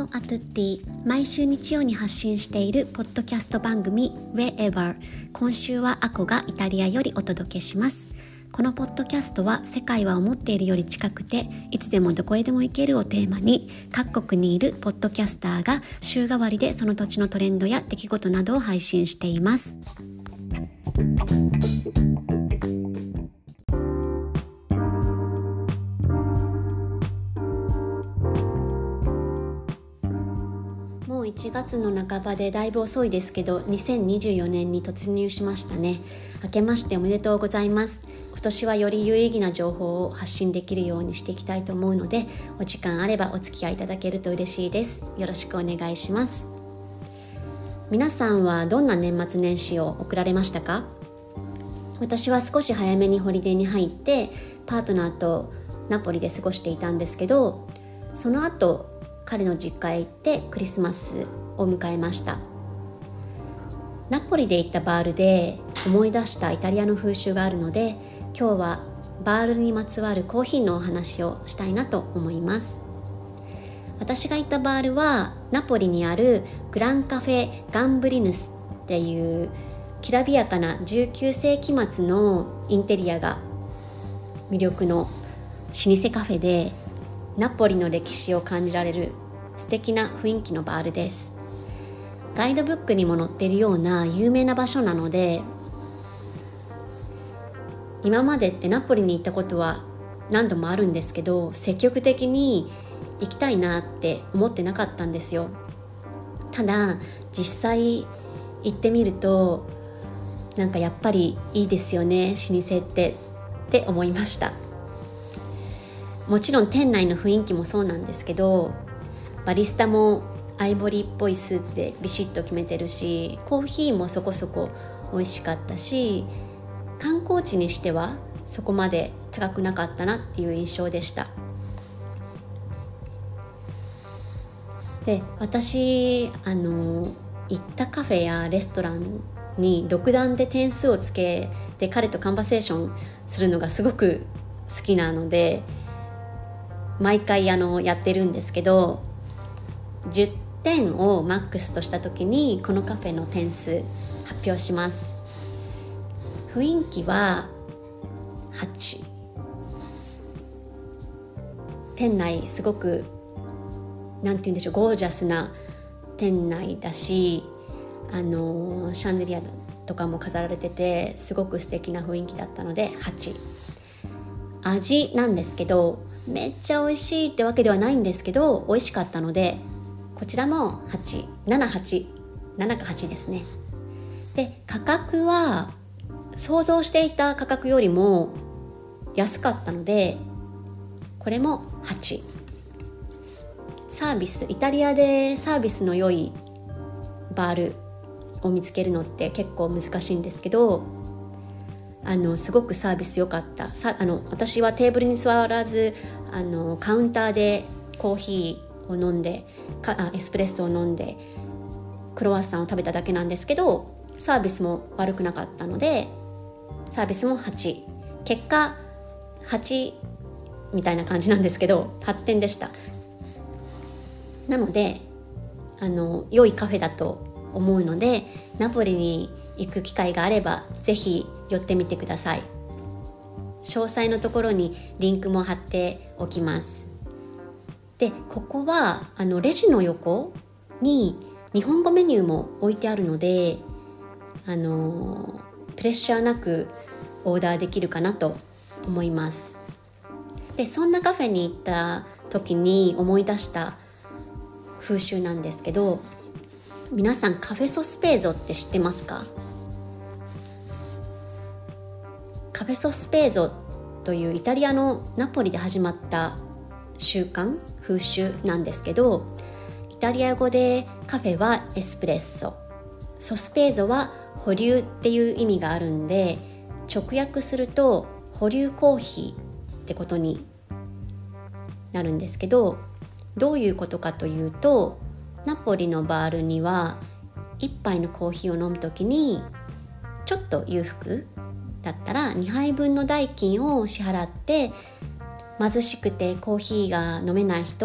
Ciao a tutti。 毎週日曜に発信しているポッドキャスト番組 Wherever。 今週はアコがイタリアよりお届けします。このポッドキャストは世界は思っているより近くていつでもどこへでも行けるをテーマに、各国にいるポッドキャスターが週替わりでその土地のトレンドや出来事などを配信しています。もう1月の半ばでだいぶ遅いですけど、2024年に突入しましたね。明けましておめでとうございます。今年はより有意義な情報を発信できるようにしていきたいと思うので、お時間あればお付き合いいただけると嬉しいです。よろしくお願いします。皆さんはどんな年末年始を送られましたか？私は少し早めにホリデーに入ってパートナーとナポリで過ごしていたんですけど、その後彼の実家へ行ってクリスマスを迎えました。ナポリで行ったバールで思い出したイタリアの風習があるので、今日はバールにまつわるコーヒーのお話をしたいなと思います。私が行ったバールはナポリにあるグランカフェガンブリヌスっていうきらびやかな19世紀末のインテリアが魅力の老舗カフェで、ナポリの歴史を感じられる素敵な雰囲気のバールです。ガイドブックにも載っているような有名な場所なので、今までってナポリに行ったことは何度もあるんですけど、積極的に行きたいなって思ってなかったんですよ。ただ実際行ってみると、なんかやっぱりいいですよね、老舗って思いました。もちろん店内の雰囲気もそうなんですけど、バリスタもアイボリーっぽいスーツでビシッと決めてるし、コーヒーもそこそこ美味しかったし、観光地にしてはそこまで高くなかったなっていう印象でした。で、私行ったカフェやレストランに独断で点数をつけて彼とカンバセーションするのがすごく好きなので、毎回やってるんですけど、10点をマックスとした時にこのカフェの点数発表します。雰囲気は8。店内すごくなんて言うんでしょう、ゴージャスな店内だし、シャンデリアとかも飾られててすごく素敵な雰囲気だったので8。味なんですけど、めっちゃ美味しいってわけではないんですけど、美味しかったのでこちらも8、7、8、7か8ですね。で、価格は想像していた価格よりも安かったのでこれも8。サービス、イタリアでサービスの良いバールを見つけるのって結構難しいんですけど、すごくサービス良かった。私はテーブルに座らずカウンターでコーヒーを飲んでエスプレッソを飲んでクロワッサンを食べただけなんですけど、サービスも悪くなかったのでサービスも8。結果8みたいな感じなんですけど8点でした。なので良いカフェだと思うので、ナポリに行く機会があればぜひ寄ってみてください。詳細のところにリンクも貼っておきます。で、ここはレジの横に日本語メニューも置いてあるので、プレッシャーなくオーダーできるかなと思います。で、そんなカフェに行った時に思い出した風習なんですけど、皆さんカフェソスペーゾって知ってますか？カフェソスペーゾというイタリアのナポリで始まった習慣、風習なんですけど、イタリア語でカフェはエスプレッソ、ソスペーゾは保留っていう意味があるんで、直訳すると保留コーヒーってことになるんですけど、どういうことかというと、ナポリのバールには1杯のコーヒーを飲むときにちょっと裕福だったら2杯分の代金を支払って、貧しくてコーヒーが飲めない人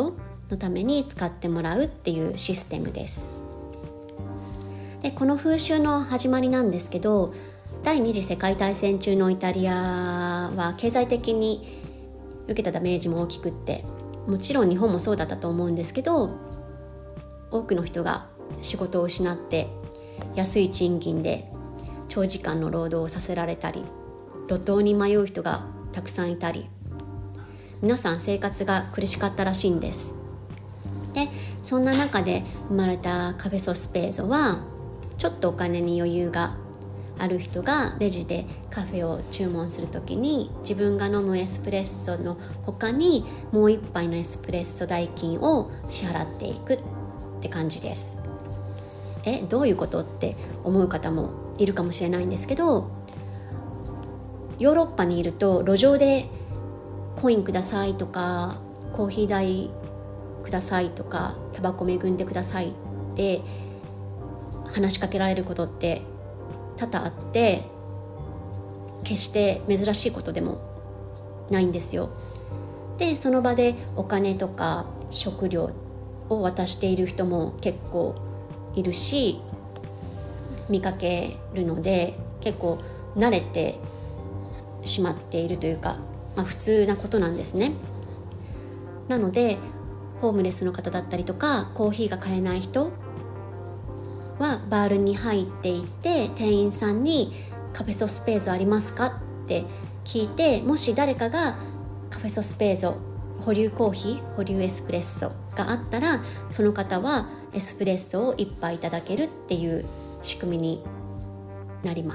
のために使ってもらうっていうシステムです。でこの風習の始まりなんですけど、第二次世界大戦中のイタリアは経済的に受けたダメージも大きくって、もちろん日本もそうだったと思うんですけど、多くの人が仕事を失って安い賃金で長時間の労働をさせられたり、路頭に迷う人がたくさんいたり、皆さん生活が苦しかったらしいんです。でそんな中で生まれたカフェソスペーゾは、ちょっとお金に余裕がある人がレジでカフェを注文するときに、自分が飲むエスプレッソの他にもう一杯のエスプレッソ代金を支払っていくって感じです。どういうことって思う方もいるかもしれないんですけど、ヨーロッパにいると路上でコインくださいとか、コーヒー代くださいとか、タバコ恵んでくださいって話しかけられることって多々あって、決して珍しいことでもないんですよ。でその場でお金とか食料を渡している人も結構いるし、見かけるので結構慣れてしまっているというか、普通なことなんですね。なのでホームレスの方だったりとか、コーヒーが買えない人はバールに入っていって、店員さんにカフェソスペーゾありますかって聞いて、もし誰かがカフェソスペーゾ保留コーヒー、保留エスプレッソがあったら、その方はエスプレッソを1杯いただけるっていう仕組みになります。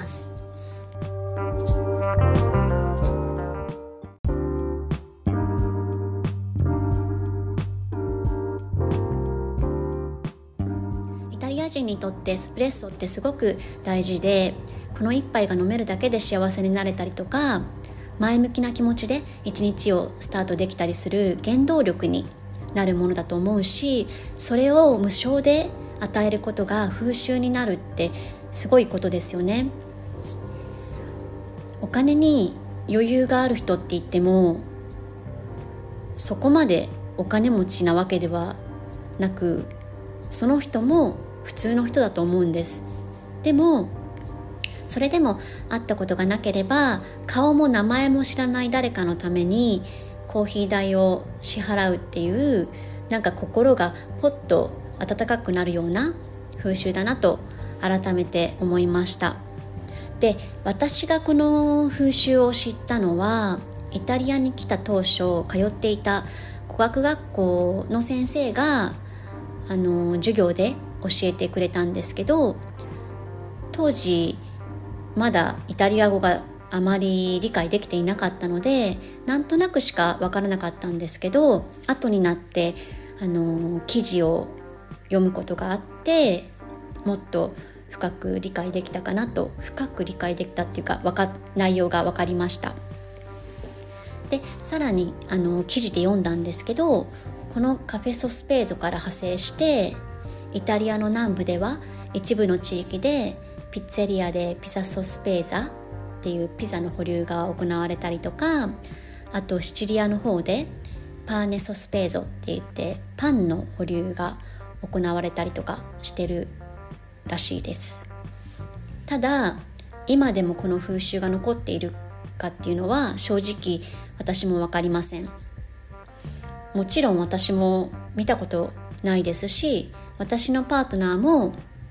イタリア人にとってエスプレッソってすごく大事で、この一杯が飲めるだけで幸せになれたりとか、前向きな気持ちで一日をスタートできたりする原動力になるものだと思うし、それを無償で与えることが風習になるってすごいことですよね。お金に余裕がある人って言っても、そこまでお金持ちなわけではなく、その人も普通の人だと思うんです。でもそれでも会ったことがなければ、顔も名前も知らない誰かのためにコーヒー代を支払うっていう、なんか心がポッと温かくなるような風習だなと改めて思いました。で、私がこの風習を知ったのは、イタリアに来た当初通っていた語学学校の先生が授業で教えてくれたんですけど、当時まだイタリア語があまり理解できていなかったので、なんとなくしか分からなかったんですけど、後になって記事を読むことがあって、もっと深く理解できたかなと、深く理解できたっていうか、内容が分かりました。でさらに記事で読んだんですけど、このカフェソスペーゾから派生して、イタリアの南部では一部の地域でピッツェリアでピザソスペーザっていうピザの保留が行われたりとか、あとシチリアの方でパーネソスペーゾって言ってパンの保留が行われたりとかしてるらしいです。ただ今でもこの風習が残っているかっていうのは正直私も分かりません。もちろん私も見たことないですし、私のパートナーも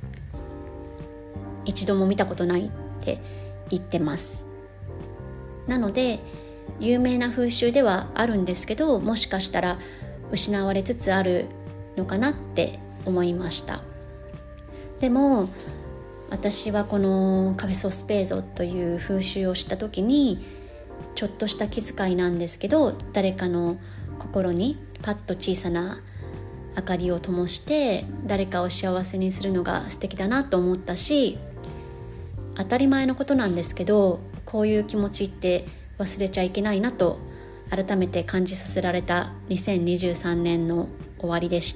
一度も見たことないって言ってます。なので有名な風習ではあるんですけど、もしかしたら失われつつあるのかなって思いました。でも私はこのカフェソスペーゾという風習を知った時に、ちょっとした気遣いなんですけど、誰かの心にパッと小さな明かりを灯して誰かを幸せにするのが素敵だなと思ったし、当たり前のことなんですけど、こういう気持ちって忘れちゃいけないなと改めて感じさせられた2023年の終わりでした。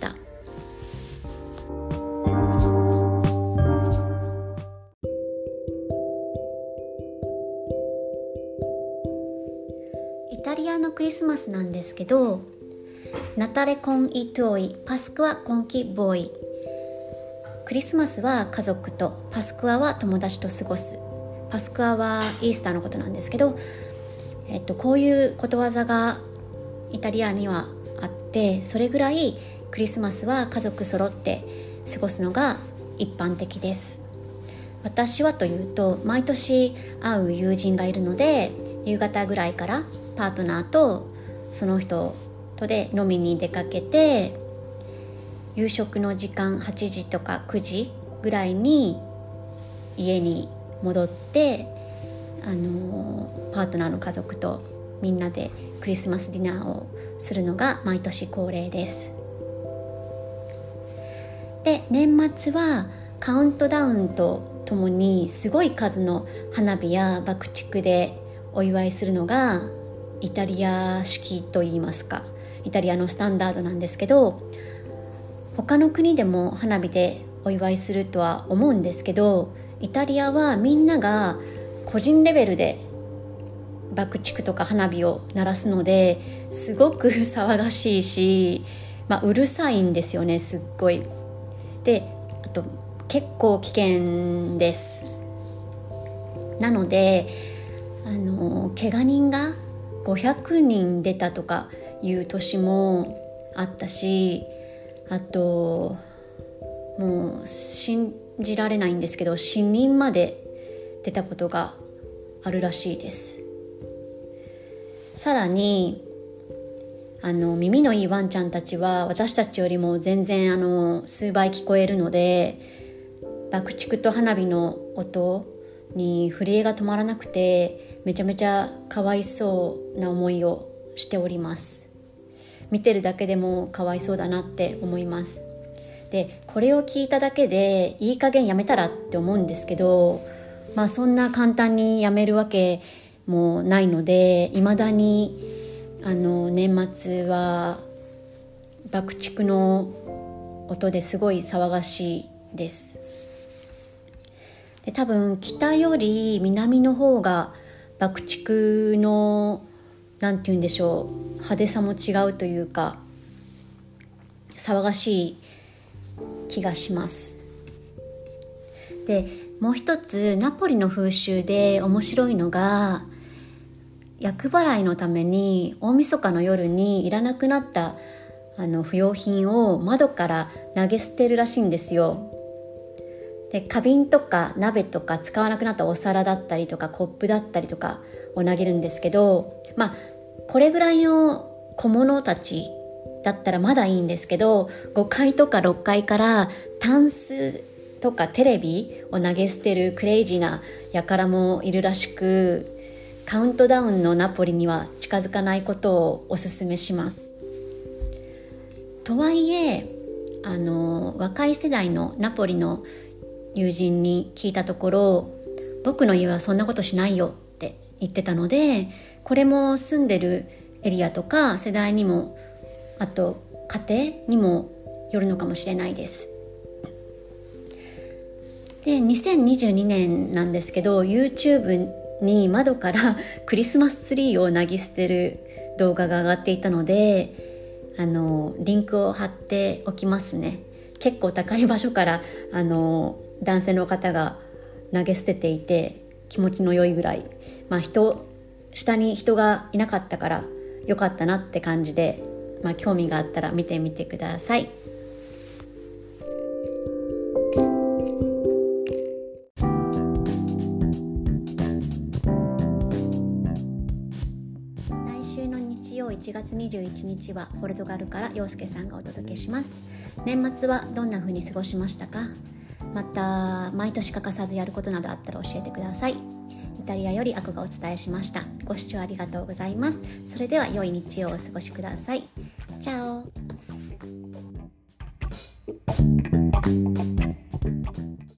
イタリアのクリスマスなんですけど、 Natale con i tuoi, Pasqua con chi vuoi。クリスマスは家族と、パスクアは友達と過ごす。パスクアはイースターのことなんですけど、こういうことわざがイタリアにはあって、それぐらいクリスマスは家族揃って過ごすのが一般的です。私はというと、毎年会う友人がいるので、夕方ぐらいからパートナーとその人とで飲みに出かけて、夕食の時間8時とか9時ぐらいに家に戻って、パートナーの家族とみんなでクリスマスディナーをするのが毎年恒例です。で、年末はカウントダウンとともにすごい数の花火や爆竹でお祝いするのがイタリア式といいますか、イタリアのスタンダードなんですけど、他の国でも花火でお祝いするとは思うんですけど、イタリアはみんなが個人レベルで爆竹とか花火を鳴らすので、すごく騒がしいし、うるさいんですよね、すっごい。で、あと結構危険です。なので怪我人が500人出たとかいう年もあったし、あともう信じられないんですけど、死人まで出たことがあるらしいです。さらに耳のいいワンちゃんたちは私たちよりも全然数倍聞こえるので、爆竹と花火の音に震えが止まらなくて、めちゃめちゃかわいそうな思いをしております。見てるだけでもかわいそうだなって思います。で、これを聞いただけでいい加減やめたらって思うんですけど、そんな簡単にやめるわけもないので、未だに年末は爆竹の音ですごい騒がしいです。で、多分北より南の方が爆竹のなんて言うんでしょう、派手さも違うというか騒がしい気がします。で、もう一つナポリの風習で面白いのが、厄払いのために大晦日の夜にいらなくなった不要品を窓から投げ捨てるらしいんですよ。で、花瓶とか鍋とか使わなくなったお皿だったりとかコップだったりとかを投げるんですけど、これぐらいの小物たちだったらまだいいんですけど、5階とか6階からタンスとかテレビを投げ捨てるクレイジーな輩もいるらしく、カウントダウンのナポリには近づかないことをお勧めします。とはいえ若い世代のナポリの友人に聞いたところ、僕の家はそんなことしないよって言ってたので、これも住んでるエリアとか世代にも、あと家庭にもよるのかもしれないです。で、2022年なんですけど、 YouTube に窓からクリスマスツリーを投げ捨てる動画が上がっていたので、リンクを貼っておきますね。結構高い場所から男性の方が投げ捨てていて気持ちの良いぐらい、下に人がいなかったから良かったなって感じで、興味があったら見てみてください。来週の日曜1月21日はポルトガルから陽介さんがお届けします。年末はどんな風に過ごしましたか？また毎年欠かさずやることなどあったら教えてください。イタリアよりアコがお伝えしました。ご視聴ありがとうございます。それでは良い日曜をお過ごしください。チャオ。